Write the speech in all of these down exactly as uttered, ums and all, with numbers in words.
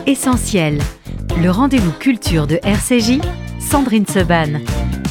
Essentiel, le rendez-vous culture de R C J, Sandrine Seban.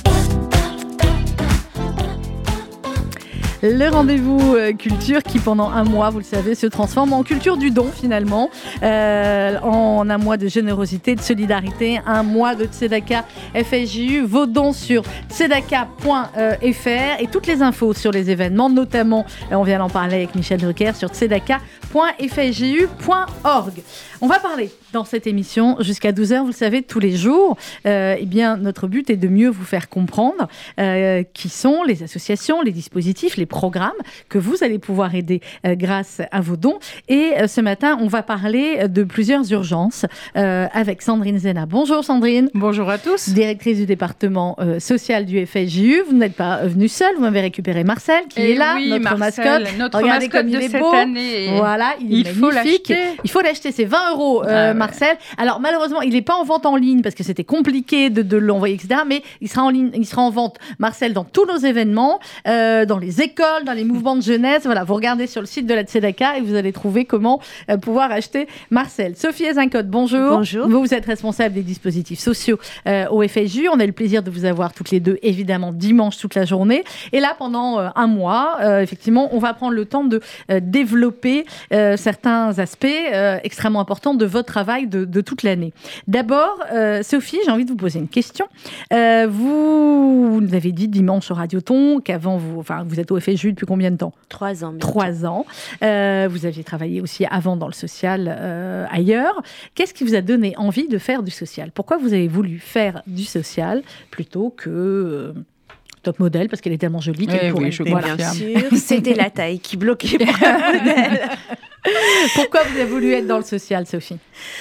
Le rendez-vous euh, culture qui, pendant un mois, vous le savez, se transforme en culture du don, finalement. Euh, en un mois de générosité, de solidarité, un mois de Tzedaka F S J U. Vos dons sur tzedaka point f r et toutes les infos sur les événements, notamment, on vient d'en parler avec Michel Drucker, sur tzedaka point f s j u point org. On va parler dans cette émission jusqu'à douze heures, vous le savez, tous les jours. Euh, eh bien, notre but est de mieux vous faire comprendre euh, qui sont les associations, les dispositifs, les programmes que vous allez pouvoir aider euh, grâce à vos dons. Et euh, ce matin, on va parler de plusieurs urgences euh, avec Sandrine Zena. Bonjour Sandrine. Bonjour à tous. Directrice du département euh, social du F S J U. Vous n'êtes pas venue seule, vous m'avez récupéré Marcel qui Et est là, oui, notre Marcel, mascotte. Notre Regardez mascotte comme il de est cette beau. année. Voilà, il, il est faut magnifique. l'acheter. Il faut l'acheter, c'est vingt euros, euh, Ah ouais. Marcel. Alors malheureusement, il n'est pas en vente en ligne parce que c'était compliqué de, de l'envoyer, et cetera. Mais il sera en ligne, il sera en vente, Marcel, dans tous nos événements, euh, dans les écoles, dans les mouvements de jeunesse. Voilà, vous regardez sur le site de la Tzedaka et vous allez trouver comment euh, pouvoir acheter Marcel. Sophie Ezincote, bonjour. Bonjour. Vous, vous êtes responsable des dispositifs sociaux euh, au F S J U. On a le plaisir de vous avoir toutes les deux, évidemment, dimanche toute la journée. Et là, pendant euh, un mois, euh, effectivement, on va prendre le temps de euh, développer euh, certains aspects euh, extrêmement importants de votre travail de, de toute l'année. D'abord, euh, Sophie, j'ai envie de vous poser une question. Euh, vous, vous nous avez dit dimanche sur Radioton qu'avant, vous, enfin, vous êtes au F S J U depuis combien de temps ? Trois ans. bientôt. Trois ans. Euh, vous aviez travaillé aussi avant dans le social euh, ailleurs. Qu'est-ce qui vous a donné envie de faire du social ? Pourquoi vous avez voulu faire du social plutôt que euh, top modèle, parce qu'elle est tellement jolie qu'elle Eh pourrait... oui, je Mais confirme. bien sûr, c'était la taille qui bloquait pour un modèle. Pourquoi vous avez voulu être dans le social, Sophie ?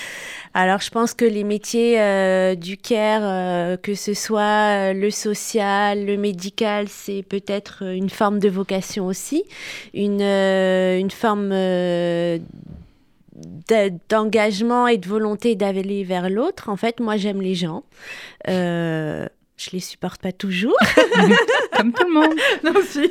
Alors, je pense que les métiers euh, du care, euh, que ce soit euh, le social, le médical, c'est peut-être une forme de vocation aussi, une, euh, une forme euh, d'a- d'engagement et de volonté d'aller vers l'autre. En fait, moi, j'aime les gens. Euh, je les supporte pas toujours. Comme tout le monde. Non, si.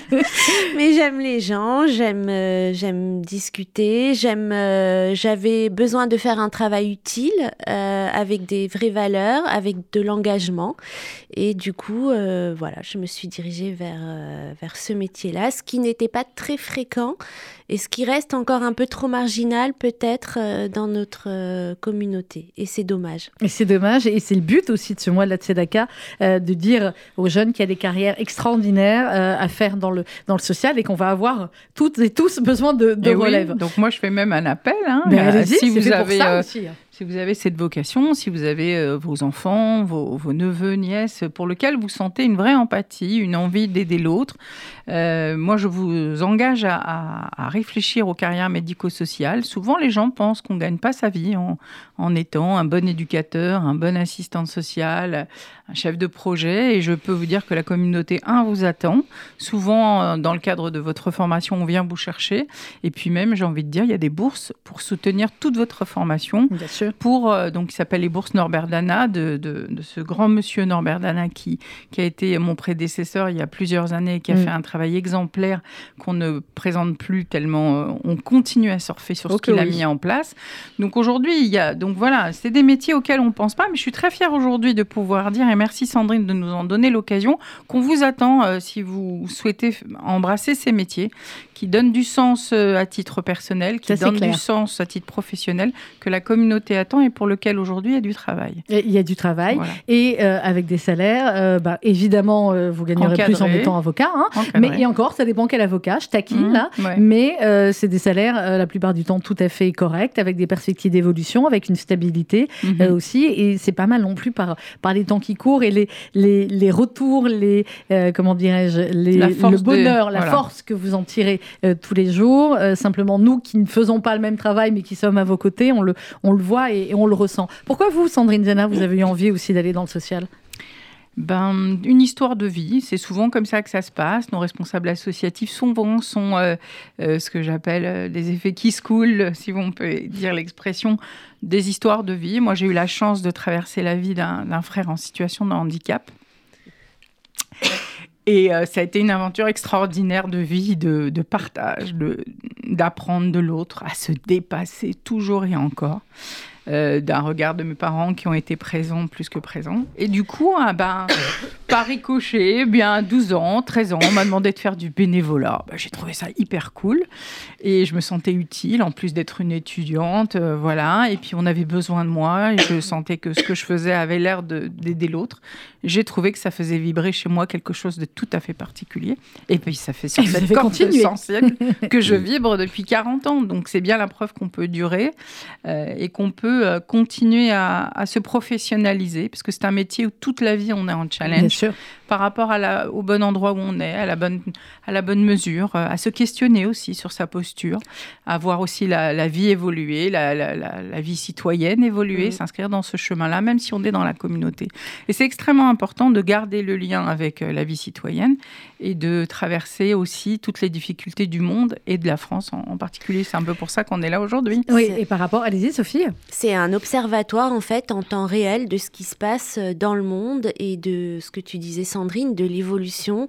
Mais j'aime les gens, j'aime, euh, j'aime discuter, j'aime, euh, j'avais besoin de faire un travail utile euh, avec des vraies valeurs, avec de l'engagement. Et du coup, euh, voilà, je me suis dirigée vers, euh, vers ce métier-là, ce qui n'était pas très fréquent et ce qui reste encore un peu trop marginal peut-être euh, dans notre euh, communauté. Et c'est dommage. Et c'est dommage, et c'est le but aussi de ce mois de la Tzedaka, euh, de dire aux jeunes qu'il y a des carrières extraordinaires euh, à faire dans le, dans le social et qu'on va avoir toutes et tous besoin de, de Eh oui, relève. donc moi, je fais même un appel. Hein, Mais euh, allez-y, si c'est vous fait avez, pour ça euh, aussi. Si vous avez cette vocation, si vous avez euh, vos enfants, vos, vos neveux, nièces, pour lesquels vous sentez une vraie empathie, une envie d'aider l'autre, euh, moi, je vous engage à, à, à réfléchir aux carrières médico-sociales. Souvent, les gens pensent qu'on ne gagne pas sa vie en, en étant un bon éducateur, un bon assistant social, un chef de projet. Et je peux vous dire que la communauté, un, vous attend. Souvent, dans le cadre de votre formation, on vient vous chercher. Et puis même, j'ai envie de dire, il y a des bourses pour soutenir toute votre formation. Bien sûr. Pour, euh, donc, il s'appelle les bourses Norbert Dana, de, de, de ce grand monsieur Norbert Dana qui, qui a été mon prédécesseur il y a plusieurs années, qui a Mm. fait un travail exemplaire qu'on ne présente plus tellement euh, on continue à surfer sur ce Okay, qu'il a oui. mis en place. Donc aujourd'hui, il y a, donc voilà, c'est des métiers auxquels on ne pense pas, mais je suis très fière aujourd'hui de pouvoir dire, et merci Sandrine de nous en donner l'occasion, qu'on vous attend euh, si vous souhaitez f- embrasser ces métiers qui donnent du sens euh, à titre personnel, qui Ça, c'est donnent clair. du sens à titre professionnel, que la communauté attend et pour lequel aujourd'hui il y a du travail. Et il y a du travail Voilà. et euh, avec des salaires, euh, bah, évidemment, euh, vous gagnerez plus en Encadré. étant avocat. Hein, Encadré. mais et encore, ça dépend quel avocat. Je taquine Mmh, là. ouais. Mais euh, c'est des salaires, euh, la plupart du temps, tout à fait corrects, avec des perspectives d'évolution, avec une stabilité Mhm. euh, aussi. Et c'est pas mal non plus par, par les temps qui courent et les, les, les retours, les, euh, comment dirais-je, les, La force le bonheur, de- la voilà. force que vous en tirez euh, tous les jours. Euh, simplement, nous qui ne faisons pas le même travail, mais qui sommes à vos côtés, on le, on le voit et, et on le ressent. Pourquoi vous, Sandrine Zena, vous avez eu envie aussi d'aller dans le social ? Ben, une histoire de vie, c'est souvent comme ça que ça se passe. Nos responsables associatifs souvent sont euh, euh, ce que j'appelle euh, des effets qui se coulent, si on peut dire l'expression, des histoires de vie. Moi, j'ai eu la chance de traverser la vie d'un, d'un frère en situation de handicap. Et euh, ça a été une aventure extraordinaire de vie, de, de partage, de, d'apprendre de l'autre, à se dépasser toujours et encore. euh, d'un regard de mes parents qui ont été présents plus que présents. Et du coup, ah ben, par ricochet, bien douze ans, treize ans, on m'a demandé de faire du bénévolat. Ben, j'ai trouvé ça hyper cool et je me sentais utile, en plus d'être une étudiante, euh, voilà. Et puis on avait besoin de moi et je sentais que ce que je faisais avait l'air de, d'aider l'autre. J'ai trouvé que ça faisait vibrer chez moi quelque chose de tout à fait particulier. Et puis ça fait sur cette corde sensible que je vibre depuis quarante ans. Donc c'est bien la preuve qu'on peut durer euh, et qu'on peut euh, continuer à, à se professionnaliser, parce que c'est un métier où toute la vie on est en challenge par rapport à la, au bon endroit où on est, à la bonne, à la bonne mesure, euh, à se questionner aussi sur sa posture, à voir aussi la, la vie évoluer, la, la, la, la vie citoyenne évoluer, mmh. s'inscrire dans ce chemin-là, même si on est dans la communauté. Et c'est extrêmement important de garder le lien avec euh, la vie citoyenne et de traverser aussi toutes les difficultés du monde et de la France en, en particulier. C'est un peu pour ça qu'on est là aujourd'hui. Oui, et par rapport, allez-y Sophie. C'est un observatoire en fait en temps réel de ce qui se passe dans le monde et de ce que tu disais Sandrine, de l'évolution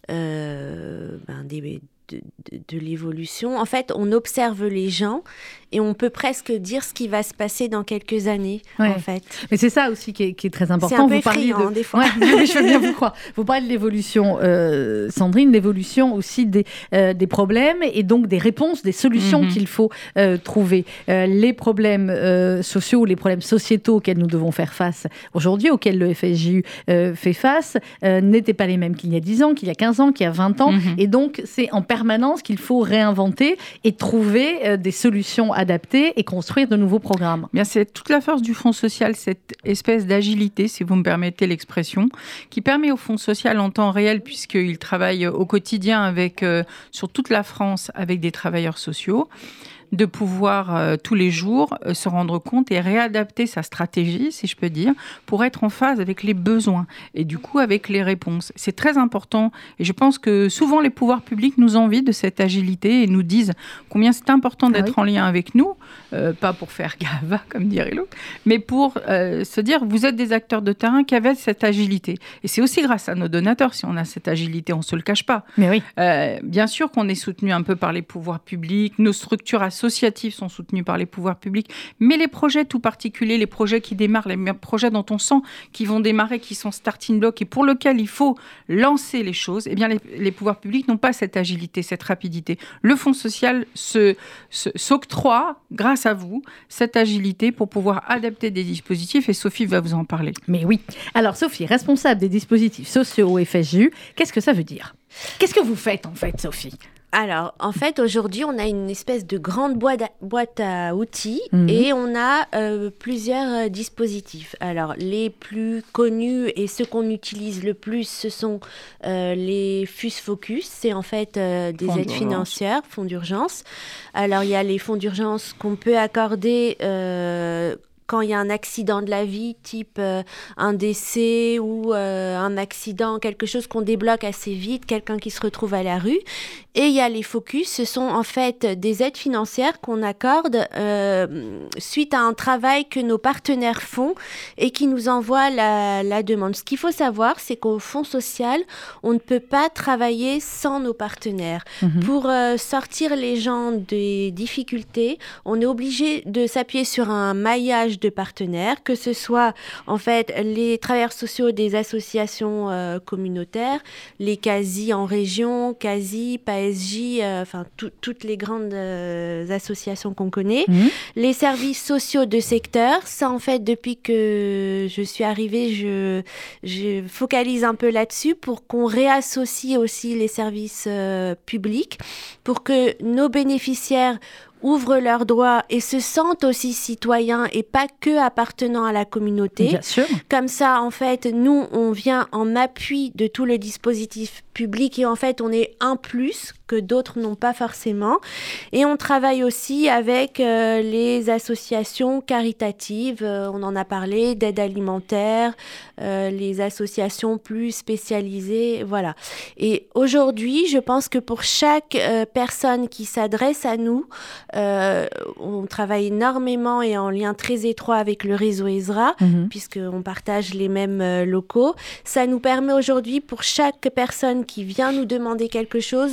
euh, ben des, de, de, de l'évolution. En fait, on observe les gens et on peut presque dire ce qui va se passer dans quelques années, ouais. en fait. Mais c'est ça aussi qui est, qui est très important. C'est un peu vous parliez effrayant, de... des fois. Ouais, je veux bien vous croire. Vous parlez de l'évolution, euh, Sandrine, l'évolution aussi des, euh, des problèmes et donc des réponses, des solutions mm-hmm. qu'il faut euh, trouver. Euh, les problèmes euh, sociaux, les problèmes sociétaux auxquels nous devons faire face aujourd'hui, auxquels le F S J U euh, fait face, euh, n'étaient pas les mêmes qu'il y a dix ans, qu'il y a quinze ans, qu'il y a vingt ans. Mm-hmm. Et donc, c'est en permanence qu'il faut réinventer et trouver euh, des solutions adapter et construire de nouveaux programmes. Bien, c'est toute la force du Fonds social, cette espèce d'agilité, si vous me permettez l'expression, qui permet au Fonds social en temps réel, puisqu'il travaille au quotidien avec, euh, sur toute la France avec des travailleurs sociaux, de pouvoir euh, tous les jours euh, se rendre compte et réadapter sa stratégie, si je peux dire, pour être en phase avec les besoins et du coup avec les réponses. C'est très important et je pense que souvent les pouvoirs publics nous envient de cette agilité et nous disent combien c'est important d'être ah oui. en lien avec nous, euh, pas pour faire gava comme dirait l'autre, mais pour euh, se dire vous êtes des acteurs de terrain qui avaient cette agilité. Et c'est aussi grâce à nos donateurs si on a cette agilité, on ne se le cache pas. Mais oui. Euh, bien sûr qu'on est soutenu un peu par les pouvoirs publics, nos structures associatives associatifs sont soutenus par les pouvoirs publics, mais les projets tout particuliers, les projets qui démarrent, les projets dont on sent qu'ils vont démarrer, qui sont starting block et pour lesquels il faut lancer les choses, eh bien les, les pouvoirs publics n'ont pas cette agilité, cette rapidité. Le Fonds social se, se, s'octroie, grâce à vous, cette agilité pour pouvoir adapter des dispositifs et Sophie va vous en parler. Mais oui. Alors Sophie, responsable des dispositifs sociaux au F S J U, qu'est-ce que ça veut dire ? Qu'est-ce que vous faites en fait, Sophie ? Alors, en fait, aujourd'hui, on a une espèce de grande boîte à, boîte à outils mmh. et on a euh, plusieurs euh, dispositifs. Alors, les plus connus et ceux qu'on utilise le plus, ce sont euh, les F U S Focus. C'est en fait euh, des fonds aides d'urgence. financières, fonds d'urgence. Alors, il y a les fonds d'urgence qu'on peut accorder euh, quand il y a un accident de la vie, type euh, un décès ou euh, un accident, quelque chose qu'on débloque assez vite, quelqu'un qui se retrouve à la rue. Et il y a les focus, ce sont en fait des aides financières qu'on accorde euh, suite à un travail que nos partenaires font et qui nous envoient la, la demande. Ce qu'il faut savoir, c'est qu'au Fonds social, on ne peut pas travailler sans nos partenaires. Mmh. Pour euh, sortir les gens des difficultés, on est obligé de s'appuyer sur un maillage de partenaires, que ce soit en fait les travailleurs sociaux des associations euh, communautaires, les C A S I en région, C A S I, P A S J, euh, enfin tout, toutes les grandes euh, associations qu'on connaît, mmh. les services sociaux de secteur. Ça en fait depuis que je suis arrivée, je, je focalise un peu là-dessus pour qu'on réassocie aussi les services euh, publics, pour que nos bénéficiaires ouvrent leurs droits et se sentent aussi citoyens et pas que appartenant à la communauté. Bien sûr. Comme ça, en fait, nous, on vient en appui de tout le dispositif public et en fait, on est un plus que d'autres n'ont pas forcément. Et on travaille aussi avec euh, les associations caritatives, euh, on en a parlé, d'aide alimentaire, euh, les associations plus spécialisées, voilà. Et aujourd'hui, je pense que pour chaque euh, personne qui s'adresse à nous, Euh, on travaille énormément et en lien très étroit avec le réseau Ezra, mmh. puisqu'on partage les mêmes euh, locaux. Ça nous permet aujourd'hui, pour chaque personne qui vient nous demander quelque chose, de pouvoir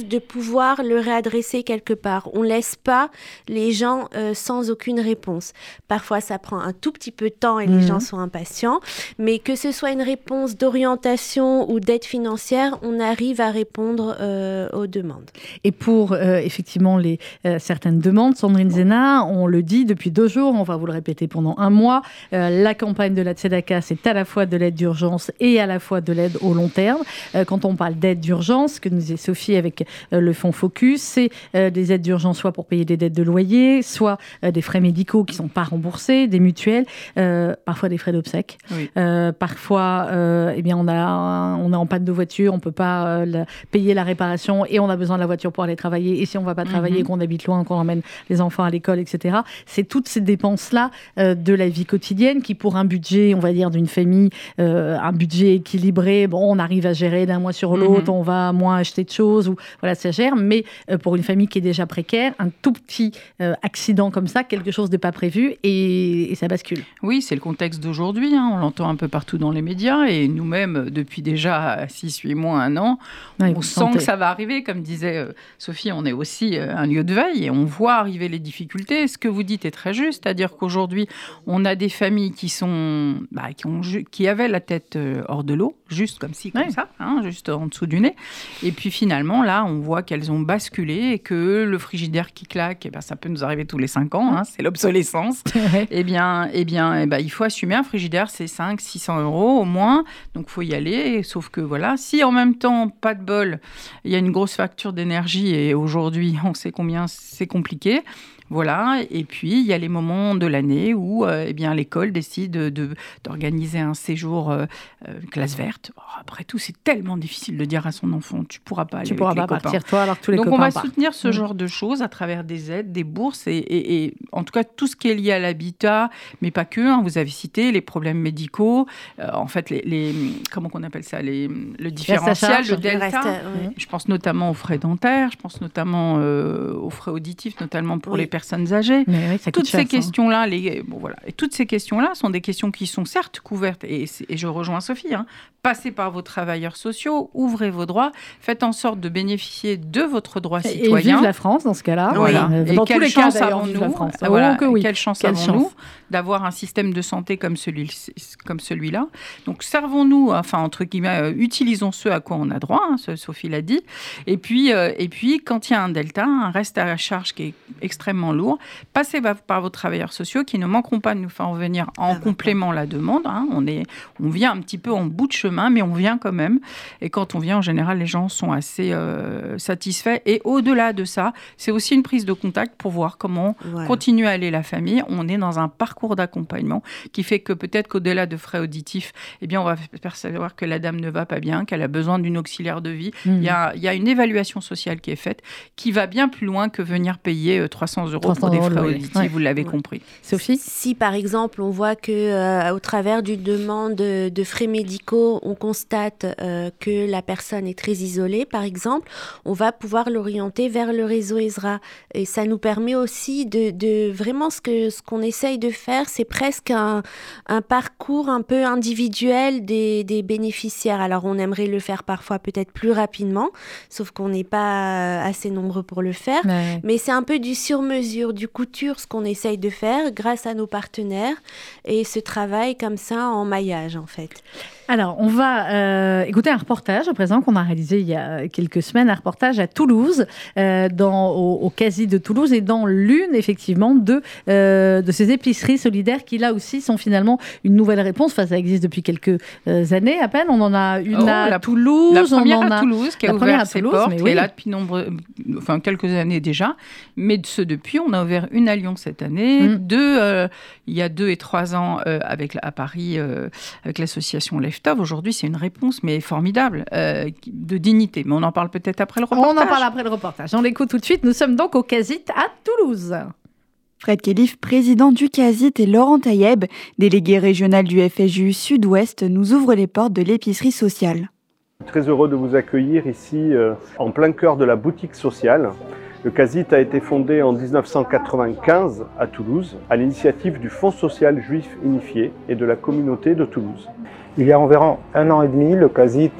pouvoir le réadresser quelque part. On ne laisse pas les gens euh, sans aucune réponse. Parfois, ça prend un tout petit peu de temps et mmh. les gens sont impatients, mais que ce soit une réponse d'orientation ou d'aide financière, on arrive à répondre euh, aux demandes. Et pour euh, effectivement les, euh, certaines demandes, Sandrine Zena, on le dit depuis deux jours, on va vous le répéter pendant un mois, euh, la campagne de la Tzedaka, c'est à la fois de l'aide d'urgence et à la fois de l'aide au long terme. Euh, quand on parle d'aide d'urgence, que nous disait Sophie avec euh, le fonds Focus, c'est euh, des aides d'urgence soit pour payer des dettes de loyer, soit euh, des frais médicaux qui ne sont pas remboursés, des mutuelles, euh, parfois des frais d'obsèques. Oui. Euh, parfois, euh, eh bien, on, a, on est en panne de voiture, on ne peut pas euh, la, payer la réparation et on a besoin de la voiture pour aller travailler. Et si on ne va pas travailler, mm-hmm. qu'on habite loin, qu'on emmène les enfants à l'école, et cetera, c'est toutes ces dépenses-là euh, de la vie quotidienne qui, pour un budget, on va dire, d'une famille, euh, un budget équilibré, bon, on arrive à gérer d'un mois sur l'autre, mm-hmm. on va moins acheter de choses, ou voilà, ça gère. Mais euh, pour une famille qui est déjà précaire, un tout petit euh, accident comme ça, quelque chose de pas prévu, et, et ça bascule. Oui, c'est le contexte d'aujourd'hui, hein. On l'entend un peu partout dans les médias, et nous-mêmes, depuis déjà six, huit mois, un an, ouais, on sent sentez. que ça va arriver. Comme disait euh, Sophie, on est aussi euh, un lieu de veille, et on voit arriver les difficultés. Ce que vous dites est très juste, c'est-à-dire qu'aujourd'hui, on a des familles qui, sont, bah, qui, ont, qui avaient la tête euh, hors de l'eau, juste comme ci, comme ouais. ça, hein, juste en dessous du nez. Et puis finalement, là, on voit qu'elles ont basculé et que le frigidaire qui claque, eh ben, ça peut nous arriver tous les cinq ans, hein, c'est l'obsolescence. eh bien, eh bien eh ben, il faut assumer un frigidaire, c'est cinq cents, six cents euros au moins, donc il faut y aller. Sauf que voilà, si en même temps, pas de bol, il y a une grosse facture d'énergie et aujourd'hui, on sait combien c'est compliqué. Voilà, et puis il y a les moments de l'année où euh, eh bien, l'école décide de, de, d'organiser un séjour euh, euh, classe verte. Oh, après tout, c'est tellement difficile de dire à son enfant, tu ne pourras pas aller tu avec pourras les pas copains. Partir toi alors que tous les Donc copains on va partent. soutenir ce mmh. genre de choses à travers des aides, des bourses, et, et, et en tout cas tout ce qui est lié à l'habitat, mais pas que, hein, vous avez cité les problèmes médicaux, euh, en fait les, les, comment on appelle ça, les, le différentiel, le delta, reste, oui. Je pense notamment aux frais dentaires, je pense notamment euh, aux frais auditifs, notamment pour oui. les personnes âgées. Oui, toutes ces chasse, questions-là, hein. les, bon, voilà. Et toutes ces questions-là sont des questions qui sont certes couvertes, et, et je rejoins Sophie, hein. Passez par vos travailleurs sociaux, ouvrez vos droits, faites en sorte de bénéficier de votre droit et, citoyen. Et vive la France dans ce cas-là. Voilà. Euh, Et dans quelle tous les chance cas, avons-nous la France. ah, voilà. que oui. Quelle chance quelle avons-nous chance. d'avoir un système de santé comme, celui, comme celui-là. Donc servons-nous, enfin entre guillemets, euh, utilisons ce à quoi on a droit, hein, ce, Sophie l'a dit. Et puis, euh, et puis, quand il y a un delta, un reste à charge qui est extrêmement lourd, passez par, par vos travailleurs sociaux qui ne manqueront pas de nous faire venir en ah, complément la demande. Hein. On, est, on vient un petit peu en bout de chemin, mais on vient quand même. Et quand on vient, en général, les gens sont assez euh, satisfaits. Et au-delà de ça, c'est aussi une prise de contact pour voir comment voilà. continue à aller la famille. On est dans un parcours d'accompagnement qui fait que peut-être qu'au-delà de frais auditifs, eh bien, on va percevoir que la dame ne va pas bien, qu'elle a besoin d'une auxiliaire de vie. Mmh. Il y a, il y a une évaluation sociale qui est faite qui va bien plus loin que venir payer trois cents euros pour des frais auditifs, ouais. vous l'avez ouais. compris. Sophie ? Si, par exemple, on voit que euh, au travers d'une demande de, de frais médicaux, on constate euh, que la personne est très isolée, par exemple, on va pouvoir l'orienter vers le réseau Ezra. Et ça nous permet aussi de, de vraiment ce, que, ce qu'on essaye de faire, c'est presque un, un parcours un peu individuel des, des bénéficiaires. Alors, on aimerait le faire parfois peut-être plus rapidement, sauf qu'on n'est pas assez nombreux pour le faire. Ouais. Mais c'est un peu du sur-mesure, du couture, ce qu'on essaye de faire grâce à nos partenaires et ce travail comme ça en maillage, en fait. Alors, on va euh, écouter un reportage à présent qu'on a réalisé il y a quelques semaines, un reportage à Toulouse, euh, dans, au, au Casi de Toulouse, et dans l'une, effectivement, de, euh, de ces épiceries solidaires qui, là aussi, sont finalement une nouvelle réponse. Enfin, ça existe depuis quelques euh, années à peine. On en a une oh, à la, Toulouse. La première on en à a, Toulouse, qui a ouvert ses Toulouse, portes, oui. qui est là depuis nombreux, enfin, quelques années déjà. Mais de ce depuis, on a ouvert une à Lyon cette année, mmh. deux, euh, il y a deux et trois ans euh, avec, à Paris, euh, avec l'association Leftov. Aujourd'hui, c'est une réponse, mais formidable, euh, de dignité. Mais on en parle peut-être après le reportage. On en parle après le reportage. On l'écoute tout de suite. Nous sommes donc au Casit à Toulouse. Fred Khelif, président du Casit, et Laurent Taïeb, délégué régional du F S J U Sud-Ouest, nous ouvrent les portes de l'épicerie sociale. Très heureux de vous accueillir ici, euh, en plein cœur de la boutique sociale. Le Casit a été fondé en dix-neuf cent quatre-vingt-quinze à Toulouse, à l'initiative du Fonds social juif unifié et de la communauté de Toulouse. Il y a environ un an et demi, le Casit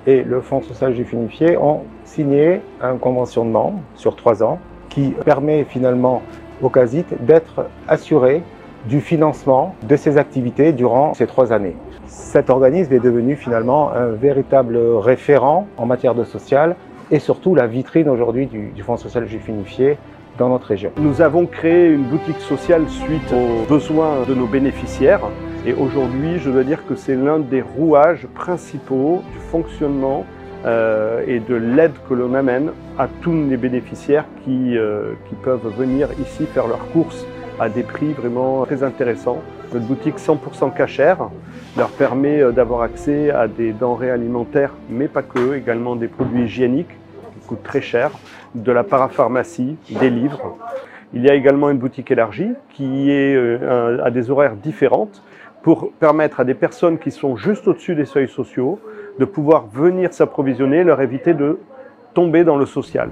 et le Fonds social juif unifié ont signé un conventionnement sur trois ans qui permet finalement au CASIT d'être assuré du financement de ses activités durant ces trois années. Cet organisme est devenu finalement un véritable référent en matière de social et surtout la vitrine aujourd'hui du, du Fonds social juif unifié dans notre région. Nous avons créé une boutique sociale suite aux besoins de nos bénéficiaires et aujourd'hui je dois dire que c'est l'un des rouages principaux du fonctionnement euh, et de l'aide que l'on amène à tous les bénéficiaires qui, euh, qui peuvent venir ici faire leurs courses à des prix vraiment très intéressants. Notre boutique cent pour cent cachère leur permet d'avoir accès à des denrées alimentaires, mais pas que, également des produits hygiéniques qui coûtent très cher, de la parapharmacie, des livres. Il y a également une boutique élargie qui est euh, à des horaires différentes pour permettre à des personnes qui sont juste au-dessus des seuils sociaux de pouvoir venir s'approvisionner, leur éviter de tomber dans le social.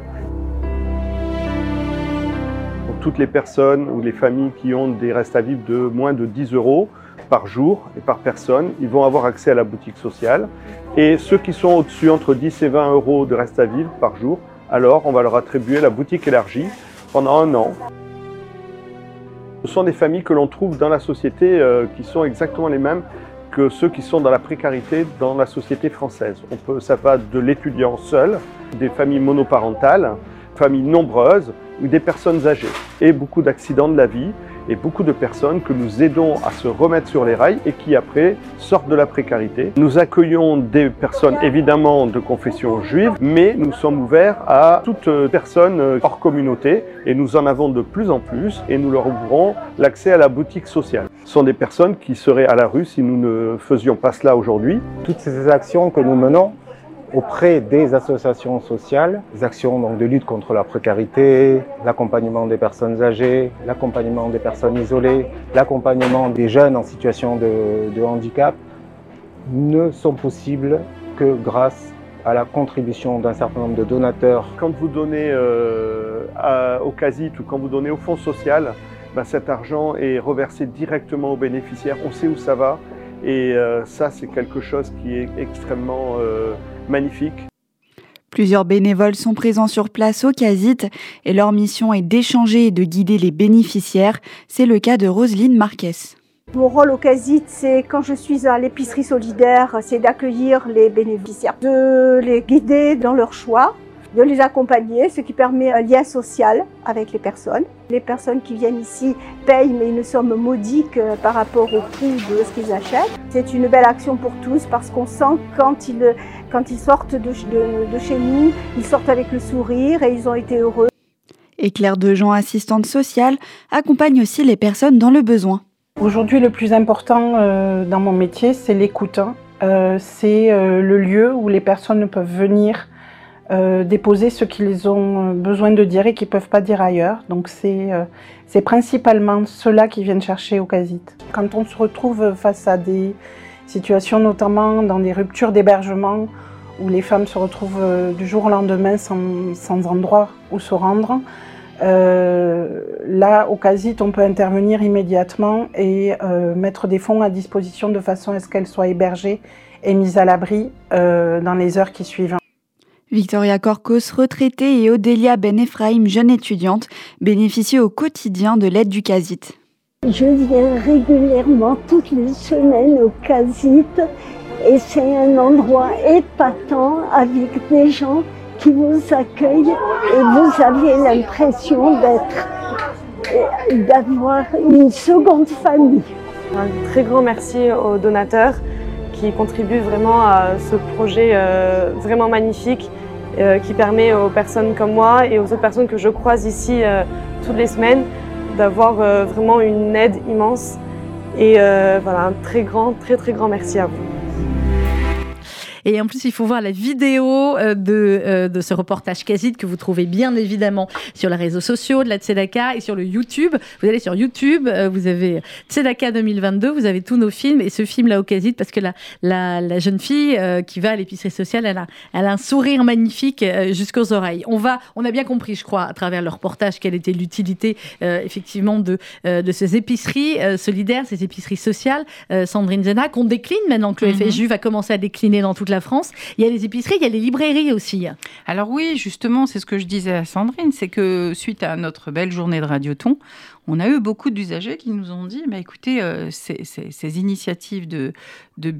Pour toutes les personnes ou les familles qui ont des restes à vivre de moins de dix euros par jour et par personne, ils vont avoir accès à la boutique sociale. Et ceux qui sont au-dessus, entre dix et vingt euros de restes à vivre par jour, alors on va leur attribuer la boutique élargie pendant un an. Ce sont des familles que l'on trouve dans la société euh, qui sont exactement les mêmes que ceux qui sont dans la précarité dans la société française. On peut, ça va de l'étudiant seul, des familles monoparentales, familles nombreuses ou des personnes âgées. Et beaucoup d'accidents de la vie et beaucoup de personnes que nous aidons à se remettre sur les rails et qui après sortent de la précarité. Nous accueillons des personnes évidemment de confession juive, mais nous sommes ouverts à toute personne hors communauté et nous en avons de plus en plus et nous leur ouvrons l'accès à la boutique sociale. Ce sont des personnes qui seraient à la rue si nous ne faisions pas cela aujourd'hui. Toutes ces actions que nous menons auprès des associations sociales, des actions donc, de lutte contre la précarité, l'accompagnement des personnes âgées, l'accompagnement des personnes isolées, l'accompagnement des jeunes en situation de, de handicap, ne sont possibles que grâce à la contribution d'un certain nombre de donateurs. Quand vous donnez euh, à, au CASIT ou quand vous donnez au Fonds social, ben cet argent est reversé directement aux bénéficiaires, on sait où ça va et euh, ça c'est quelque chose qui est extrêmement euh, magnifique. Plusieurs bénévoles sont présents sur place au CASIT et leur mission est d'échanger et de guider les bénéficiaires. C'est le cas de Roselyne Marquez. Mon rôle au CASIT, c'est quand je suis à l'épicerie solidaire, c'est d'accueillir les bénéficiaires, de les guider dans leur choix, de les accompagner, ce qui permet un lien social avec les personnes. Les personnes qui viennent ici payent, mais une somme modique par rapport au coût de ce qu'ils achètent. C'est une belle action pour tous parce qu'on sent quand ils, quand ils sortent de, de, de chez nous, ils sortent avec le sourire et ils ont été heureux. Et Claire Dejean, assistante sociale, accompagne aussi les personnes dans le besoin. Aujourd'hui, le plus important euh, dans mon métier, c'est l'écoute. Euh, c'est euh, le lieu où les personnes peuvent venir Euh, déposer ce qu'ils ont besoin de dire et qu'ils ne peuvent pas dire ailleurs. Donc c'est, euh, c'est principalement ceux-là qui viennent chercher au CASIT. Quand on se retrouve face à des situations, notamment dans des ruptures d'hébergement, où les femmes se retrouvent euh, du jour au lendemain sans, sans endroit où se rendre, euh, là au CASIT on peut intervenir immédiatement et euh, mettre des fonds à disposition de façon à ce qu'elles soient hébergées et mises à l'abri euh, dans les heures qui suivent. Victoria Corcos, retraitée, et Odélia Ben Ephraim, jeune étudiante, bénéficient au quotidien de l'aide du CASIT. Je viens régulièrement toutes les semaines au CASIT et c'est un endroit épatant avec des gens qui vous accueillent et vous avez l'impression d'être, d'avoir une seconde famille. Un très grand merci aux donateurs qui contribuent vraiment à ce projet euh, vraiment magnifique euh, qui permet aux personnes comme moi et aux autres personnes que je croise ici euh, toutes les semaines d'avoir euh, vraiment une aide immense et euh, voilà, un très grand, très très grand merci à vous. Et en plus, il faut voir la vidéo de, de ce reportage CASIT que vous trouvez bien évidemment sur les réseaux sociaux de la Tzedaka et sur le YouTube. Vous allez sur YouTube, vous avez Tzedaka deux mille vingt-deux, vous avez tous nos films et ce film-là au CASIT parce que la, la, la jeune fille qui va à l'épicerie sociale, elle a, elle a un sourire magnifique jusqu'aux oreilles. On, va, on a bien compris, je crois, à travers le reportage, quelle était l'utilité euh, effectivement de, euh, de ces épiceries euh, solidaires, ces épiceries sociales, euh, Sandrine Zena, qu'on décline maintenant que le mm-hmm. F S J va commencer à décliner dans toute la France. Il y a les épiceries, il y a les librairies aussi. Alors oui, justement, c'est ce que je disais à Sandrine, c'est que suite à notre belle journée de Radioton, on a eu beaucoup d'usagers qui nous ont dit, bah, écoutez, euh, ces, ces, ces initiatives de, de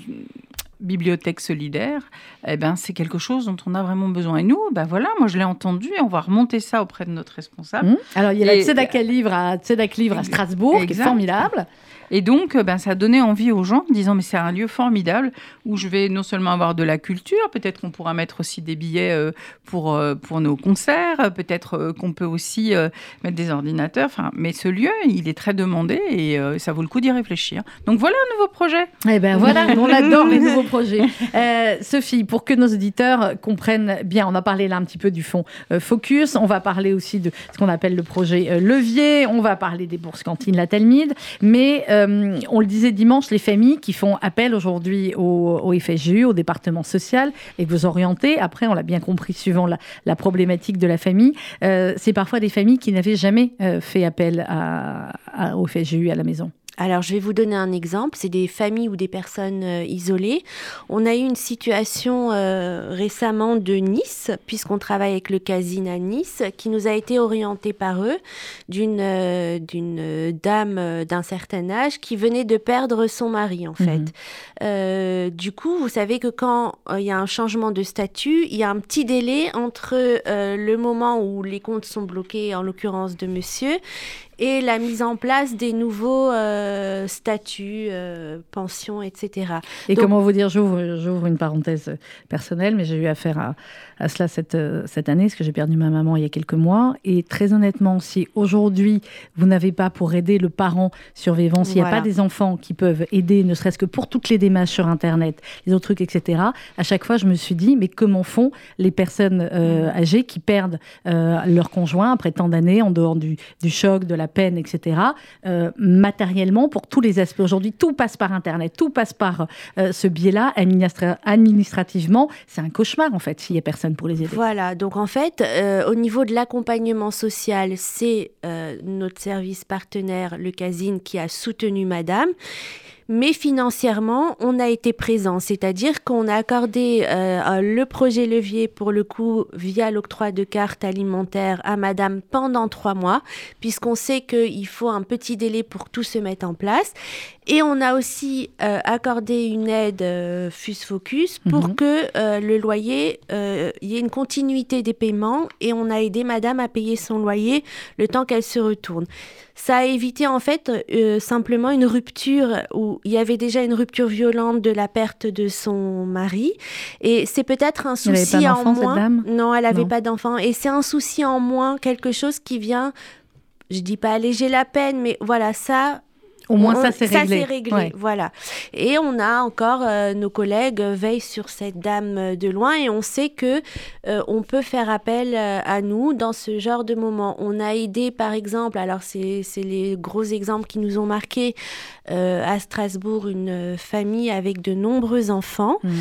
bibliothèque solidaire, eh ben, c'est quelque chose dont on a vraiment besoin. Et nous, ben voilà, moi je l'ai entendu et on va remonter ça auprès de notre responsable. Mmh. Alors il y a et, la Tzedaka Livre à, Tzedaka Livre à Strasbourg, exact. Qui est formidable. Et donc, ben, ça a donné envie aux gens, en disant, mais c'est un lieu formidable où je vais non seulement avoir de la culture, peut-être qu'on pourra mettre aussi des billets euh, pour, euh, pour nos concerts, peut-être euh, qu'on peut aussi euh, mettre des ordinateurs, enfin, mais ce lieu, il est très demandé et euh, ça vaut le coup d'y réfléchir. Donc voilà un nouveau projet. Eh bien voilà, on adore les nouveaux projets. Euh, Sophie, pour que nos auditeurs comprennent bien, on a parlé là un petit peu du fonds euh, Focus, on va parler aussi de ce qu'on appelle le projet euh, Levier, on va parler des bourses cantines La Telmide, mais euh, Euh, on le disait dimanche, les familles qui font appel aujourd'hui au, au F S J U, au département social, et vous orientez, après on l'a bien compris suivant la, la problématique de la famille, euh, c'est parfois des familles qui n'avaient jamais euh, fait appel à, à, au F S J U à la maison. Alors, je vais vous donner un exemple. C'est des familles ou des personnes euh, isolées. On a eu une situation euh, récemment de Nice, puisqu'on travaille avec le Casine à Nice, qui nous a été orienté par eux d'une, euh, d'une dame euh, d'un certain âge qui venait de perdre son mari, en fait. Mmh. Euh, du coup, vous savez que quand il euh, y a un changement de statut, il y a un petit délai entre euh, le moment où les comptes sont bloqués, en l'occurrence de monsieur, et la mise en place des nouveaux euh, statuts, euh, pensions, et cetera. Et Donc, comment vous dire, j'ouvre, j'ouvre une parenthèse personnelle, mais j'ai eu affaire à, à cela cette, cette année, parce que j'ai perdu ma maman il y a quelques mois. Et très honnêtement, si aujourd'hui, vous n'avez pas pour aider le parent survivant, s'il n'y a voilà. pas des enfants qui peuvent aider, ne serait-ce que pour toutes les démarches sur Internet, les autres trucs, et cetera, à chaque fois, je me suis dit, mais comment font les personnes euh, âgées qui perdent euh, leur conjoint après tant d'années, en dehors du, du choc, de la peine, et cetera, euh, matériellement, pour tous les aspects. Aujourd'hui, tout passe par Internet, tout passe par euh, ce biais-là. Administra- administrativement, c'est un cauchemar, en fait, s'il n'y a personne pour les aider. Voilà, donc en fait, euh, au niveau de l'accompagnement social, c'est euh, notre service partenaire, le Casine, qui a soutenu madame. Mais financièrement, on a été présent, c'est-à-dire qu'on a accordé euh, le projet Levier, pour le coup, via l'octroi de cartes alimentaires à madame pendant trois mois, puisqu'on sait qu'il faut un petit délai pour que tout se mette en place. Et on a aussi euh, accordé une aide euh, F U S Focus pour mmh. que euh, le loyer, il euh, y ait une continuité des paiements, et on a aidé madame à payer son loyer le temps qu'elle se retourne. Ça a évité en fait euh, simplement une rupture où il y avait déjà une rupture violente de la perte de son mari, et c'est peut-être un souci elle avait pas en d'enfant, moins. Cette dame non, elle n'avait non. pas d'enfant, et c'est un souci en moins, quelque chose qui vient, je dis pas alléger la peine, mais voilà, ça. Au moins, on, ça, c'est réglé. Ça, c'est réglé, ouais. voilà. Et on a encore, euh, nos collègues veillent sur cette dame de loin, et on sait que euh, on peut faire appel euh, à nous dans ce genre de moment. On a aidé, par exemple, alors c'est, c'est les gros exemples qui nous ont marqués, euh, à Strasbourg, une famille avec de nombreux enfants. Mmh.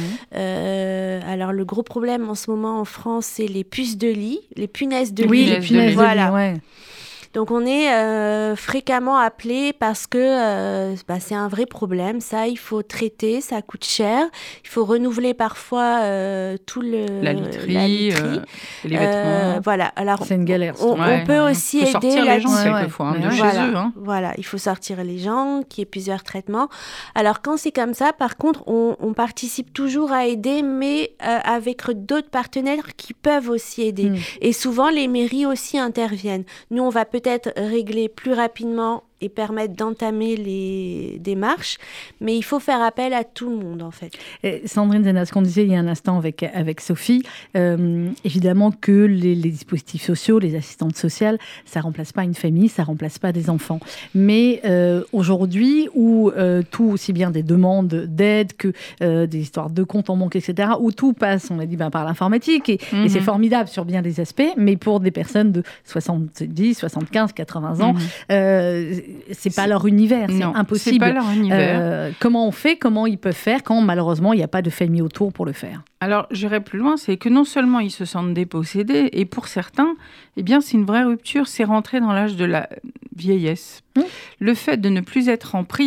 Euh, alors, le gros problème en ce moment en France, c'est les puces de lit, les punaises de oui, lit. Oui, les punaises de voilà. lit, ouais. Donc, on est euh, fréquemment appelé parce que euh, bah, c'est un vrai problème. Ça, il faut traiter, ça coûte cher. Il faut renouveler parfois euh, tout le... La literie, la literie. Euh, les vêtements. Euh, voilà. Alors, c'est une galère. On, ouais, on peut ouais. aussi faut aider sortir la... les gens ouais, quelquefois, ouais. hein, de voilà. chez eux. Hein. Voilà, il faut sortir les gens, qu'il y ait plusieurs traitements. Alors, quand c'est comme ça, par contre, on, on participe toujours à aider, mais euh, avec d'autres partenaires qui peuvent aussi aider. Mmh. Et souvent, les mairies aussi interviennent. Nous, on va peut-être régler plus rapidement et permettre d'entamer les démarches, mais il faut faire appel à tout le monde, en fait. Et Sandrine Zena, ce qu'on disait il y a un instant avec, avec Sophie, euh, évidemment que les, les dispositifs sociaux, les assistantes sociales, ça ne remplace pas une famille, ça ne remplace pas des enfants. Mais euh, aujourd'hui, où euh, tout, aussi bien des demandes d'aide que euh, des histoires de comptes en banque, et cetera, où tout passe, on l'a dit, ben, par l'informatique, et, mm-hmm. et c'est formidable sur bien des aspects, mais pour des personnes de soixante-dix, soixante-quinze, quatre-vingts ans, mm-hmm. euh, c'est pas c'est... leur univers, c'est non, impossible. C'est pas leur univers. Euh, comment on fait, comment ils peuvent faire quand malheureusement il n'y a pas de famille autour pour le faire? Alors j'irai plus loin, c'est que non seulement ils se sentent dépossédés, et pour certains, eh bien c'est une vraie rupture, c'est rentrer dans l'âge de la vieillesse. Mmh. Le fait de ne plus être en prise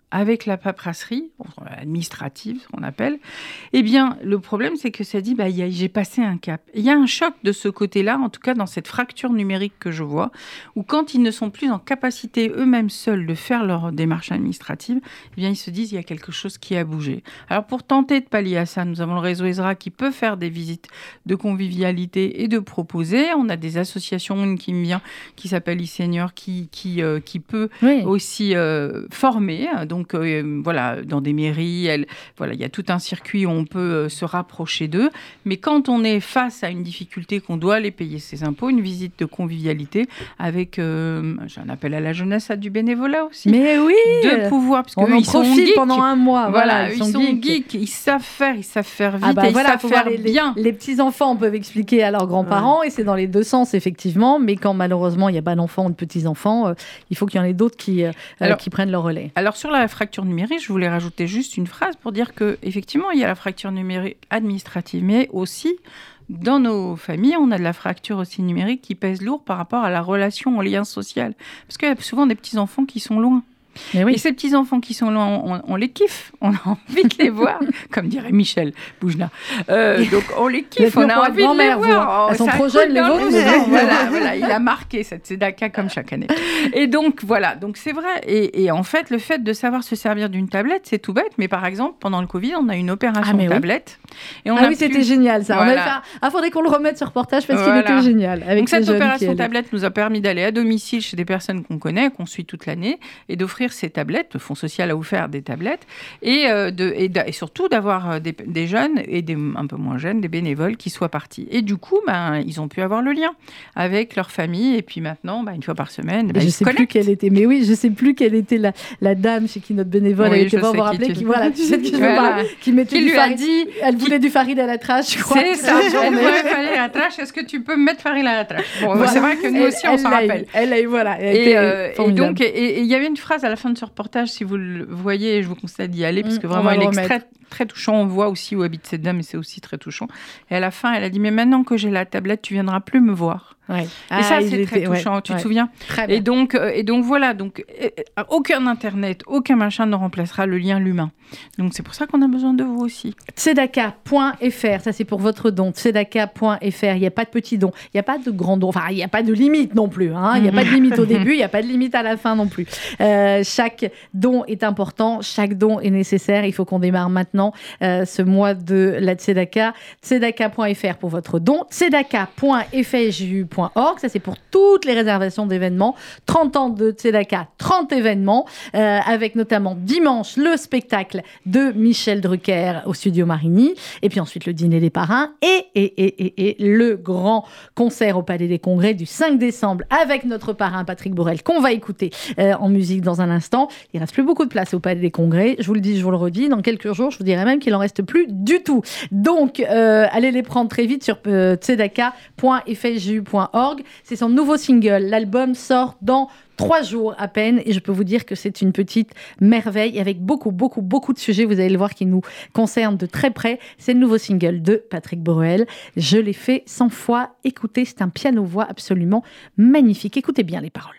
avec la paperasserie administrative, ce qu'on appelle, eh bien, le problème, c'est que ça dit, bah, y a, j'ai passé un cap. Il y a un choc de ce côté-là, en tout cas dans cette fracture numérique que je vois, où quand ils ne sont plus en capacité eux-mêmes seuls de faire leur démarche administrative, eh bien, ils se disent, il y a quelque chose qui a bougé. Alors, pour tenter de pallier à ça, nous avons le réseau Ezra qui peut faire des visites de convivialité et de proposer. On a des associations, une qui me vient, qui s'appelle e-Senior, qui, qui, euh, qui peut oui. aussi euh, former. Donc, euh, voilà, dans des mairies, elle, voilà, il y a tout un circuit où on peut euh, se rapprocher d'eux. Mais quand on est face à une difficulté, qu'on doit aller payer ses impôts, une visite de convivialité avec, euh, j'ai un appel à la jeunesse, à du bénévolat aussi. Mais oui, de pouvoir, parce on que en ils sont profite geeks. pendant un mois. Voilà, voilà ils, ils sont geeks. geeks, ils savent faire, ils savent faire vite, ah bah et voilà, ils savent faire les, bien. Les, les petits enfants peuvent expliquer à leurs grands-parents, ouais. et c'est dans les deux sens effectivement. Mais quand malheureusement il n'y a pas d'enfants ou de petits enfants, euh, il faut qu'il y en ait d'autres qui euh, alors, qui prennent leur relais. Alors sur la fracture numérique, je voulais rajouter juste une phrase pour dire que effectivement il y a la fracture numérique administrative, mais aussi dans nos familles, on a de la fracture aussi numérique qui pèse lourd par rapport à la relation, au lien social. Parce qu'il y a souvent des petits-enfants qui sont loin. Mais oui. Et ces petits-enfants qui sont loin, on, on les kiffe, on a envie de les voir, comme dirait Michel Boujna. Euh, donc on les kiffe, on a envie de les voir. Elles sont trop jeunes, les vôtres. Voilà, voilà, il a marqué cette Tzedaka comme chaque année. Et donc voilà, donc c'est vrai. Et, et en fait, le fait de savoir se servir d'une tablette, c'est tout bête. Mais par exemple, pendant le Covid, on a une opération ah, tablette. Oui. Et on ah a oui, pu... c'était génial ça. Voilà. On fait... Ah, faudrait qu'on le remette sur reportage parce voilà. qu'il était génial. Avec donc cette opération tablette nous a permis d'aller à domicile chez des personnes qu'on connaît, qu'on suit toute l'année, et d'offrir ces tablettes. Le Fonds social a offert des tablettes et, euh, de, et, de, et surtout d'avoir des, des jeunes et des un peu moins jeunes, des bénévoles qui soient partis. Et du coup, ben, ils ont pu avoir le lien avec leur famille. Et puis maintenant, ben, une fois par semaine, ben, je ils sais se plus quelle était. Mais oui, je sais plus quelle était la, la dame chez qui notre bénévole oui, a été voir vous rappeler, qui, qui voilà, tu sais qui, voilà. Pas, qui mettait qui du farine. Dit, elle voulait qui... du farine à la trache, je crois. C'est ça. Elle voulait farine à la trache. Est-ce que tu peux me mettre farine à la trache? Bon, voilà. C'est vrai que nous aussi, elle, on s'en rappelle. Elle a eu, voilà. Elle et, euh, et donc, il y avait une phrase à la fin de ce reportage, si vous le voyez, je vous conseille d'y aller, parce que mmh, vraiment, il est extrait, très touchant. On voit aussi où habite cette dame, et c'est aussi très touchant. Et à la fin, elle a dit, mais maintenant que j'ai la tablette, tu viendras plus me voir. Ouais. Et ah, ça, c'est très était, touchant, ouais, tu ouais. te souviens? Très bien. Et donc, euh, et donc voilà, donc, euh, aucun Internet, aucun machin ne remplacera le lien l'humain. Donc c'est pour ça qu'on a besoin de vous aussi. Tzedaka point F R, ça c'est pour votre don. Tzedaka point F R, il n'y a pas de petits dons, il n'y a pas de grands dons, enfin il n'y a pas de limite non plus. Hein. Il n'y a pas de limite au début, il n'y a pas de limite à la fin non plus. Euh, chaque don est important, chaque don est nécessaire. Il faut qu'on démarre maintenant euh, ce mois de la Tzedaka. Tzedaka point F R pour votre don. Tzedaka point F J U point org, ça c'est pour toutes les réservations d'événements. trente ans de Tzedaka, trente événements, euh, avec notamment dimanche le spectacle de Michel Drucker au Studio Marigny, et puis ensuite le dîner des parrains, et, et, et, et, et le grand concert au Palais des Congrès du cinq décembre avec notre parrain Patrick Borel, qu'on va écouter euh, en musique dans un instant. Il ne reste plus beaucoup de place au Palais des Congrès, je vous le dis, je vous le redis, dans quelques jours, je vous dirais même qu'il n'en reste plus du tout. Donc, euh, allez les prendre très vite sur euh, tzedaka point F J U point org. C'est son nouveau single. L'album sort dans trois jours à peine, et je peux vous dire que c'est une petite merveille avec beaucoup, beaucoup, beaucoup de sujets, vous allez le voir, qui nous concernent de très près. C'est le nouveau single de Patrick Borel. Je l'ai fait cent fois. Écoutez, c'est un piano-voix absolument magnifique. Écoutez bien les paroles.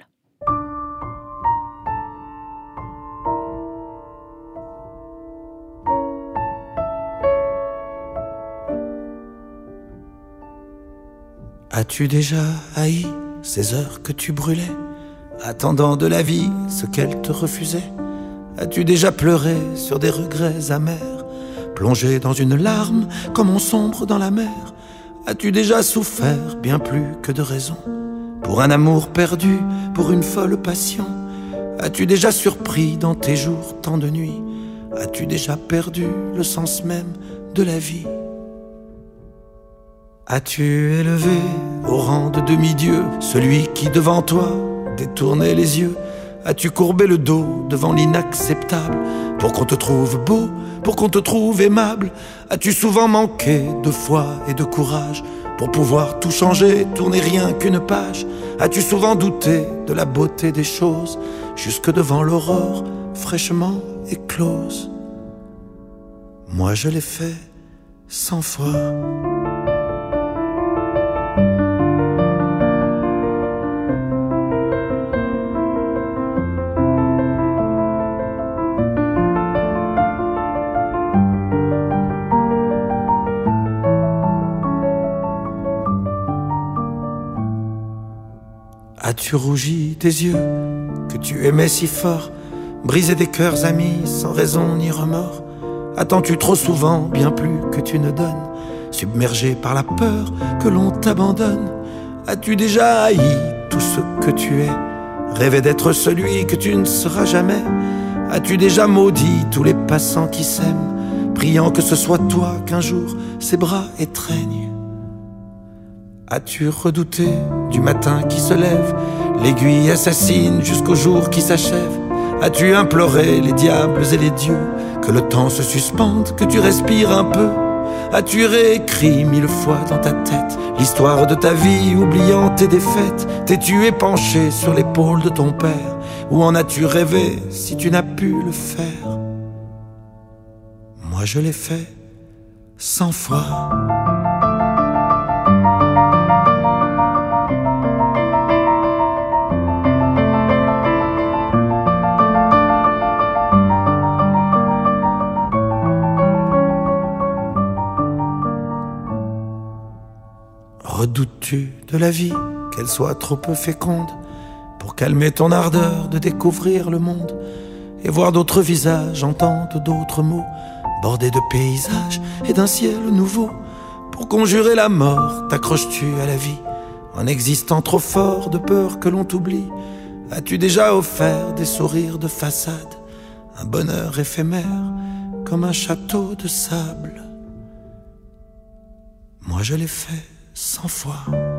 As-tu déjà haï ces heures que tu brûlais, attendant de la vie ce qu'elle te refusait? As-tu déjà pleuré sur des regrets amers, plongé dans une larme comme on sombre dans la mer? As-tu déjà souffert bien plus que de raison, pour un amour perdu, pour une folle passion? As-tu déjà surpris dans tes jours tant de nuits? As-tu déjà perdu le sens même de la vie? As-tu élevé au rang de demi-dieu celui qui devant toi détournait les yeux? As-tu courbé le dos devant l'inacceptable pour qu'on te trouve beau, pour qu'on te trouve aimable? As-tu souvent manqué de foi et de courage pour pouvoir tout changer, tourner rien qu'une page? As-tu souvent douté de la beauté des choses jusque devant l'aurore fraîchement éclose? Moi je l'ai fait cent fois. As-tu rougi des yeux que tu aimais si fort, brisé des cœurs amis sans raison ni remords? Attends-tu trop souvent bien plus que tu ne donnes, submergé par la peur que l'on t'abandonne? As-tu déjà haï tout ce que tu es, rêvé d'être celui que tu ne seras jamais? As-tu déjà maudit tous les passants qui s'aiment, priant que ce soit toi qu'un jour ses bras étreignent? As-tu redouté du matin qui se lève, l'aiguille assassine jusqu'au jour qui s'achève? As-tu imploré les diables et les dieux que le temps se suspende, que tu respires un peu? As-tu réécrit mille fois dans ta tête l'histoire de ta vie, oubliant tes défaites? T'es-tu épanché sur l'épaule de ton père, ou en as-tu rêvé si tu n'as pu le faire? Moi je l'ai fait cent fois. Redoutes-tu de la vie, qu'elle soit trop peu féconde pour calmer ton ardeur de découvrir le monde et voir d'autres visages, entendre d'autres mots, bordés de paysages et d'un ciel nouveau? Pour conjurer la mort, t'accroches-tu à la vie en existant trop fort de peur que l'on t'oublie? As-tu déjà offert des sourires de façade, un bonheur éphémère comme un château de sable? Moi je l'ai fait cent fois.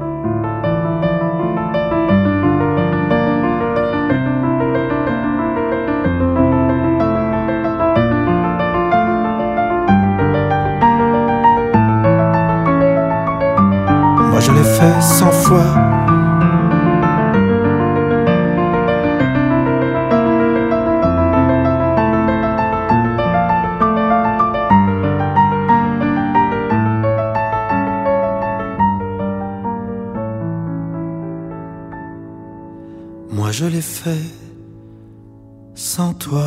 Moi je l'ai fait cent fois. Moi je l'ai fait sans toi.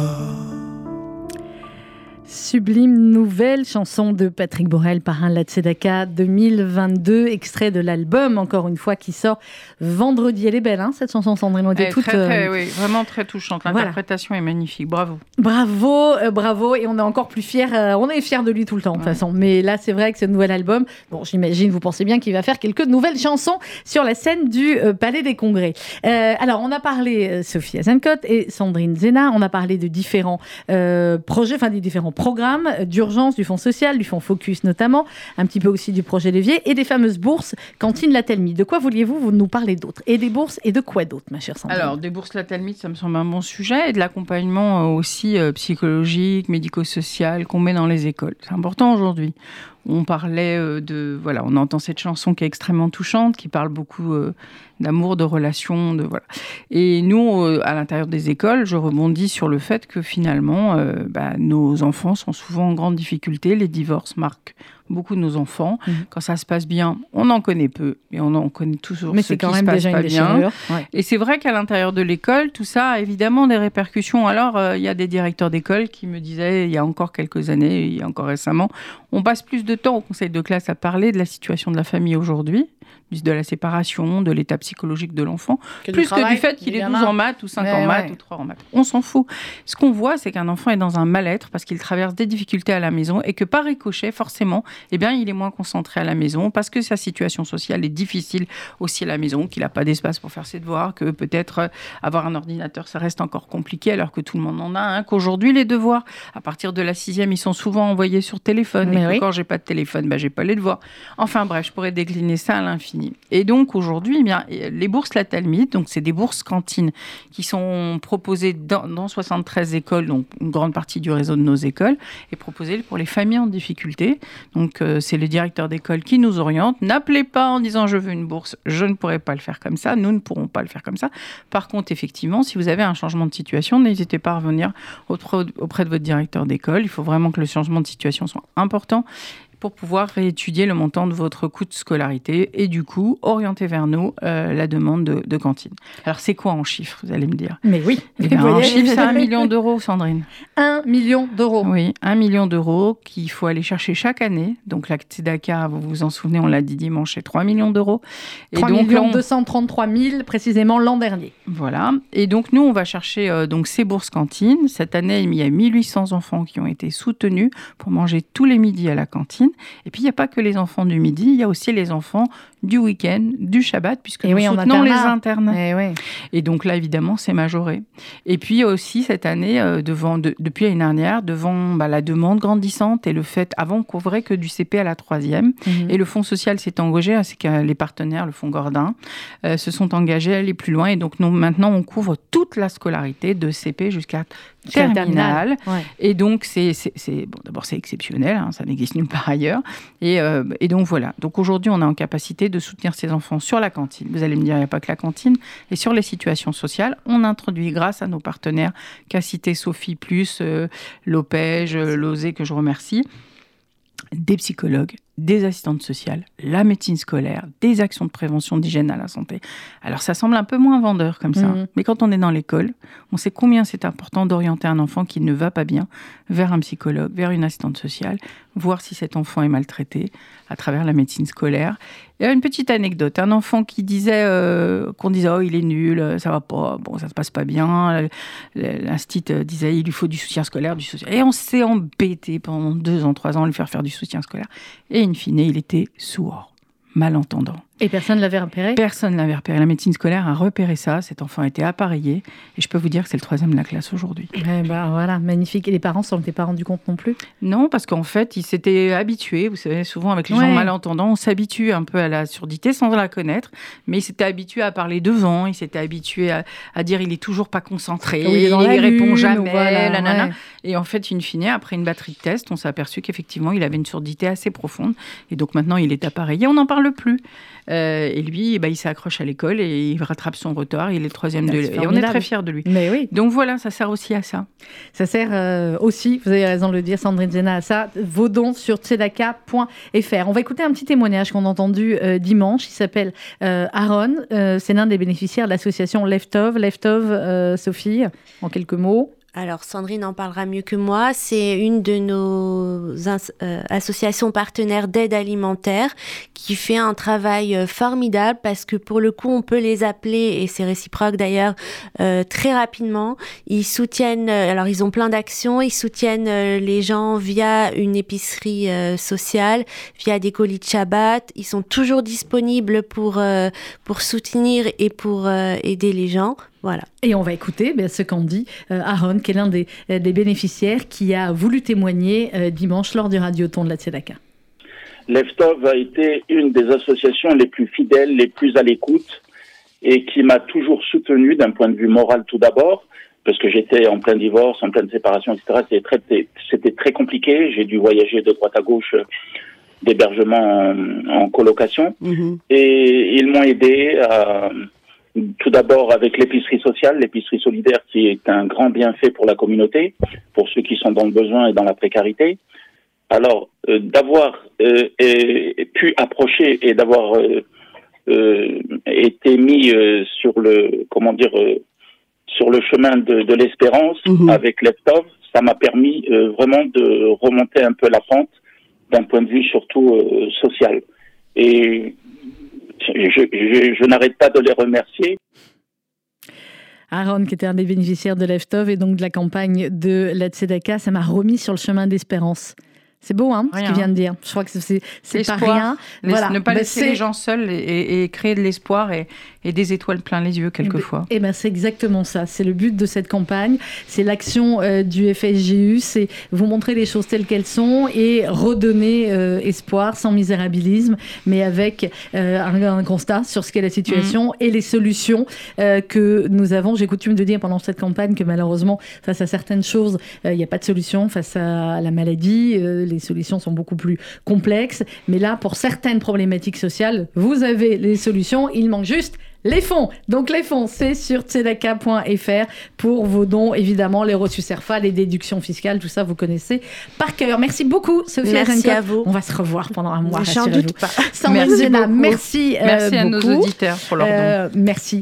Sublime nouvelle chanson de Patrick Borel, Parrain de la Tzedaka deux mille vingt-deux, extrait de l'album, encore une fois, qui sort vendredi. Elle est belle, hein, cette chanson, Sandrine? On était toutes, très, très, euh... oui, vraiment très touchante. L'interprétation voilà. est magnifique, bravo. Bravo, euh, bravo, et on est encore plus fiers, euh, on est fiers de lui tout le temps, de toute ouais. façon. Mais là, c'est vrai que ce nouvel album, bon, j'imagine, vous pensez bien qu'il va faire quelques nouvelles chansons sur la scène du euh, Palais des Congrès. Euh, alors, on a parlé, euh, Sophie Azencott et Sandrine Zena, on a parlé de différents euh, projets, enfin des différents programmes d'urgence du Fonds social, du Fonds Focus notamment, un petit peu aussi du projet Levier et des fameuses bourses Cantine La Telmie. De quoi vouliez-vous nous parler d'autre? Et des bourses et de quoi d'autre, ma chère Sandrine? Alors, des bourses La Telmie, ça me semble un bon sujet, et de l'accompagnement aussi euh, psychologique, médico-social qu'on met dans les écoles. C'est important aujourd'hui. On parlait euh, de... Voilà, on entend cette chanson qui est extrêmement touchante, qui parle beaucoup euh, d'amour, de relations, de... Voilà. Et nous, euh, à l'intérieur des écoles, je rebondis sur le fait que finalement, euh, bah, nos enfants sont souvent en grande difficulté. Les divorces marquent beaucoup de nos enfants. Mmh. Quand ça se passe bien, on en connaît peu, mais on en connaît toujours mais ce qui se passe pas bien. Ouais. Et c'est vrai qu'à l'intérieur de l'école, tout ça a évidemment des répercussions. Alors, il euh, y a des directeurs d'école qui me disaient, il y a encore quelques années, il y a encore récemment, on passe plus de temps au conseil de classe à parler de la situation de la famille aujourd'hui, de la séparation, de l'état psychologique de l'enfant, que plus travail, que du fait qu'il est douze en maths ou cinq ouais, en maths ouais. ou trois en maths. On s'en fout. Ce qu'on voit, c'est qu'un enfant est dans un mal-être parce qu'il traverse des difficultés à la maison et que par ricochet, forcément, eh bien, il est moins concentré à la maison parce que sa situation sociale est difficile aussi à la maison, qu'il n'a pas d'espace pour faire ses devoirs, que peut-être euh, avoir un ordinateur, ça reste encore compliqué alors que tout le monde en a, hein, qu'aujourd'hui, les devoirs, à partir de la sixième, ils sont souvent envoyés sur téléphone Mais et oui. que quand j'ai pas de téléphone, ben, j'ai pas les devoirs. Enfin bref, je pourrais décliner ça à l'infini. Et donc aujourd'hui, eh bien, les bourses La Telmie, donc c'est des bourses cantines qui sont proposées dans, dans soixante-treize écoles, donc une grande partie du réseau de nos écoles, et proposées pour les familles en difficulté. Donc euh, c'est le directeur d'école qui nous oriente. N'appelez pas en disant je veux une bourse, je ne pourrai pas le faire comme ça, nous ne pourrons pas le faire comme ça. Par contre, effectivement, si vous avez un changement de situation, n'hésitez pas à revenir auprès, auprès de votre directeur d'école. Il faut vraiment que le changement de situation soit important. pour pouvoir réétudier le montant de votre coût de scolarité et du coup orienter vers nous euh, la demande de, de cantine. Alors c'est quoi en chiffres, vous allez me dire? Mais oui. Eh bien, en chiffres, c'est un million d'euros, Sandrine. Un million d'euros. Oui, un million d'euros qu'il faut aller chercher chaque année. Donc la Tzedaka, vous vous en souvenez, on l'a dit dimanche, c'est trois millions d'euros. Et trois donc, millions on... deux cent trente-trois mille précisément l'an dernier. Voilà. Et donc nous, on va chercher euh, donc ces bourses cantines. Cette année, il y a mille huit cents enfants qui ont été soutenus pour manger tous les midis à la cantine. Et puis il n'y a pas que les enfants du midi, il y a aussi les enfants du week-end, du Shabbat, puisque et nous oui, soutenons les internes. Et, oui. et donc là, évidemment, c'est majoré. Et puis aussi cette année, euh, devant, de, depuis l'année dernière, devant bah, la demande grandissante et le fait, avant on couvrait que du C P à la troisième, mmh. et le Fonds social s'est engagé, c'est que les partenaires, le Fonds Gordin, euh, se sont engagés à aller plus loin. Et donc nous, maintenant, on couvre toute la scolarité de C P jusqu'à terminale. Ouais. Et donc, c'est, c'est, c'est bon, d'abord, c'est exceptionnel, hein, ça n'existe nulle part ailleurs. Et, euh, et donc, voilà. Donc, aujourd'hui, on est en capacité de soutenir ces enfants sur la cantine. Vous allez me dire, il n'y a pas que la cantine. Et sur les situations sociales, on introduit, grâce à nos partenaires, qu'a cité Sophie Plus, euh, l'Opège, euh, l'Osé, que je remercie, des psychologues, des assistantes sociales, la médecine scolaire, des actions de prévention d'hygiène à la santé. Alors, ça semble un peu moins vendeur comme ça, mmh. mais quand on est dans l'école, on sait combien c'est important d'orienter un enfant qui ne va pas bien vers un psychologue, vers une assistante sociale, voir si cet enfant est maltraité à travers la médecine scolaire. Il y a une petite anecdote, un enfant qui disait, euh, qu'on disait « Oh, il est nul, ça va pas, bon, ça se passe pas bien », l'instit disait « Il lui faut du soutien scolaire, du soutien ». Et on s'est embêté pendant deux ans, trois ans à lui faire faire du soutien scolaire. Et in fine, il était sourd, malentendant. Et personne ne l'avait repéré ? Personne ne l'avait repéré. La médecine scolaire a repéré ça. Cet enfant a été appareillé. Et je peux vous dire que c'est le troisième de la classe aujourd'hui. Eh ben voilà, magnifique. Et les parents ne s'en étaient pas rendus compte non plus ? Non, parce qu'en fait, ils s'étaient habitués. Vous savez, souvent avec les ouais. gens malentendants, on s'habitue un peu à la surdité sans la connaître. Mais ils s'étaient habitués à parler devant. Ils s'étaient habitués à, à dire il est toujours pas concentré. Oui, il ne répond jamais. Voilà, la ouais. Et en fait, in fine, après une batterie de tests, on s'est aperçu qu'effectivement, il avait une surdité assez profonde. Et donc maintenant, il est appareillé. On n'en parle plus. Euh, et lui, bah, il s'accroche à l'école et il rattrape son retard. Il est le troisième de l'école. Et on est très fiers de lui. Mais oui. Donc voilà, ça sert aussi à ça. Ça sert euh, aussi, vous avez raison de le dire, Sandrine Zena, à ça. Vos dons sur tzedaka point f r. On va écouter un petit témoignage qu'on a entendu euh, dimanche. Il s'appelle euh, Aaron. Euh, c'est l'un des bénéficiaires de l'association Leftov. Leftov, euh, Sophie, en quelques mots. Alors, Sandrine en parlera mieux que moi. C'est une de nos ins- euh, associations partenaires d'aide alimentaire qui fait un travail euh, formidable parce que pour le coup, on peut les appeler, et c'est réciproque d'ailleurs, euh, très rapidement. Ils soutiennent, euh, alors ils ont plein d'actions, ils soutiennent euh, les gens via une épicerie euh, sociale, via des colis de Shabbat. Ils sont toujours disponibles pour, euh, pour soutenir et pour euh, aider les gens. Voilà. Et on va écouter ben, ce qu'en dit euh, Aaron, qui est l'un des, des bénéficiaires qui a voulu témoigner euh, dimanche lors du radioton de la Tzedaka. Leftov a été une des associations les plus fidèles, les plus à l'écoute et qui m'a toujours soutenu d'un point de vue moral tout d'abord, parce que j'étais en plein divorce, en pleine séparation, et cetera. C'était très, c'était très compliqué. J'ai dû voyager de droite à gauche d'hébergement en, en colocation. Mmh. Et ils m'ont aidé à... Tout d'abord avec l'épicerie sociale, l'épicerie solidaire qui est un grand bienfait pour la communauté, pour ceux qui sont dans le besoin et dans la précarité. Alors, euh, d'avoir euh, et, pu approcher et d'avoir euh, euh, été mis euh, sur le, comment dire, euh, sur le chemin de, de l'espérance mmh. avec Leftov, ça m'a permis euh, vraiment de remonter un peu la pente d'un point de vue surtout euh, social. Et Je, je, je n'arrête pas de les remercier. Aaron, qui était un des bénéficiaires de Leftov et donc de la campagne de la Tzedaka, ça m'a remis sur le chemin d'espérance. C'est beau, hein, ce qu'il vient de dire. Je crois que c'est, c'est pas rien. Les, voilà. Ne pas ben laisser c'est... les gens seuls et, et, et créer de l'espoir et, et des étoiles plein les yeux quelquefois. Et ben, c'est exactement ça. C'est le but de cette campagne. C'est l'action euh, du F S J U. C'est vous montrer les choses telles qu'elles sont et redonner euh, espoir sans misérabilisme, mais avec euh, un, un constat sur ce qu'est la situation mmh. et les solutions euh, que nous avons. J'ai coutume de dire pendant cette campagne que malheureusement, face à certaines choses, il euh, n'y a pas de solution. Face à la maladie, euh, les solutions sont beaucoup plus complexes. Mais là, pour certaines problématiques sociales, vous avez les solutions. Il manque juste Les fonds, donc les fonds, c'est sur tzedaka point f r pour vos dons, évidemment, les reçus CERFA, les déductions fiscales, tout ça, vous connaissez par cœur. Merci beaucoup, Sophie Merci Azencote. à vous. On va se revoir pendant un mois, J'en rassurez-vous. doute pas. Sandrine Merci Géna, beaucoup. merci, euh, Merci à beaucoup. nos auditeurs pour leur don. Euh, merci.